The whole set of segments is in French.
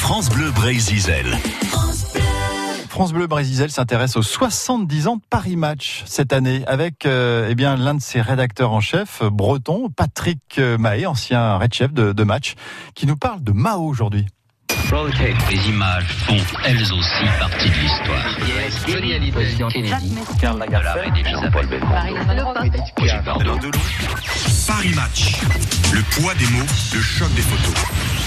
France Bleu Brésil. France Bleu Brésil s'intéresse aux 70 ans de Paris Match cette année avec l'un de ses rédacteurs en chef breton, Patrick Mahé, ancien red chef de Match, qui nous parle de Mao aujourd'hui. Les images font elles aussi partie de l'histoire. Président Kennedy, Karl Lagerfeld, Jean-Paul Belmondo. Paris Match, le poids des mots, le choc des photos.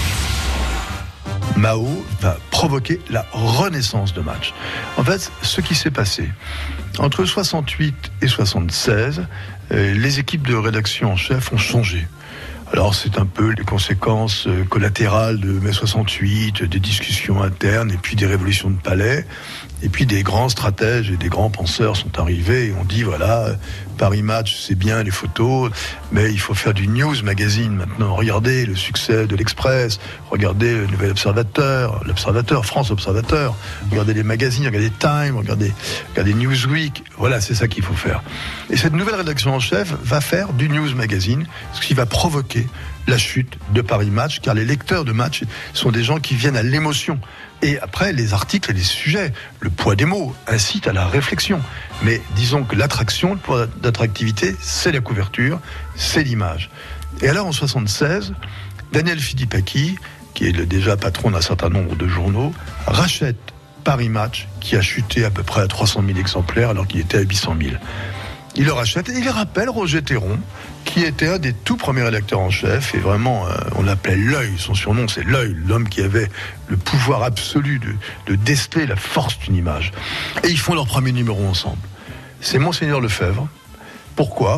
Mao va provoquer la renaissance de Match. En fait, ce qui s'est passé entre 68 et 76, les équipes de rédaction en chef ont changé. Alors c'est un peu les conséquences collatérales de mai 68, des discussions internes et puis des révolutions de palais. Et puis des grands stratèges et des grands penseurs sont arrivés et ont dit voilà, Paris Match c'est bien les photos, mais il faut faire du news magazine maintenant. Regardez le succès de l'Express, regardez le Nouvel Observateur, l'Observateur, France Observateur, regardez les magazines, regardez Time, regardez Newsweek. Voilà, c'est ça qu'il faut faire. Et cette nouvelle rédaction en chef va faire du news magazine, ce qui va provoquer la chute de Paris Match, car les lecteurs de Match sont des gens qui viennent à l'émotion. Et après, les articles et les sujets, le poids des mots incitent à la réflexion. Mais disons que l'attraction, le poids d'attractivité, c'est la couverture, c'est l'image. Et alors en 76, Daniel Philippaki, qui est déjà patron d'un certain nombre de journaux, rachète Paris Match, qui a chuté à peu près à 300 000 exemplaires alors qu'il était à 800 000. Il le rachète et il rappelle Roger Théron, qui était un des tout premiers rédacteurs en chef, et vraiment, on l'appelait l'œil, son surnom c'est l'œil, l'homme qui avait le pouvoir absolu de déceler la force d'une image. Et ils font leur premier numéro ensemble. C'est Monseigneur Lefebvre. Pourquoi ?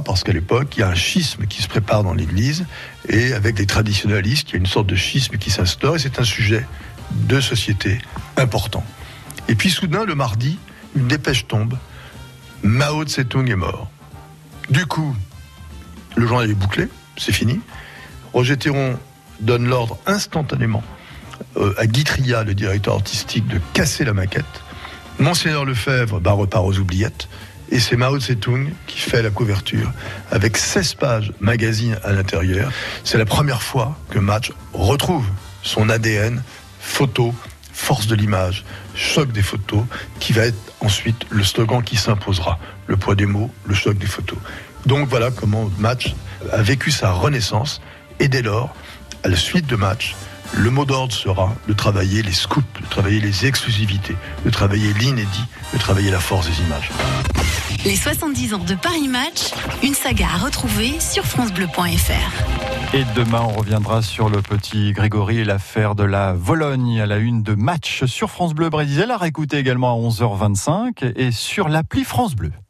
Parce qu'à l'époque, il y a un schisme qui se prépare dans l'Église, et avec les traditionalistes, il y a une sorte de schisme qui s'instaure, et c'est un sujet de société important. Et puis soudain, le mardi, une dépêche tombe, Mao Tse-tung est mort. Du coup, le journal est bouclé, c'est fini. Roger Théron donne l'ordre instantanément à Guy Tria, le directeur artistique, de casser la maquette. Monseigneur Lefebvre repart aux oubliettes. Et c'est Mao Tse-tung qui fait la couverture avec 16 pages magazine à l'intérieur. C'est la première fois que Match retrouve son ADN, photo, force de l'image, choc des photos, qui va être ensuite le slogan qui s'imposera. Le poids des mots, le choc des photos. Donc voilà comment Match a vécu sa renaissance. Et dès lors, à la suite de Match, le mot d'ordre sera de travailler les scoops, de travailler les exclusivités, de travailler l'inédit, de travailler la force des images. Les 70 ans de Paris Match, une saga à retrouver sur francebleu.fr. Et demain, on reviendra sur le petit Grégory et l'affaire de la Vologne à la une de Match sur France Bleu Brésil. À réécouter également à 11h25 et sur l'appli France Bleu.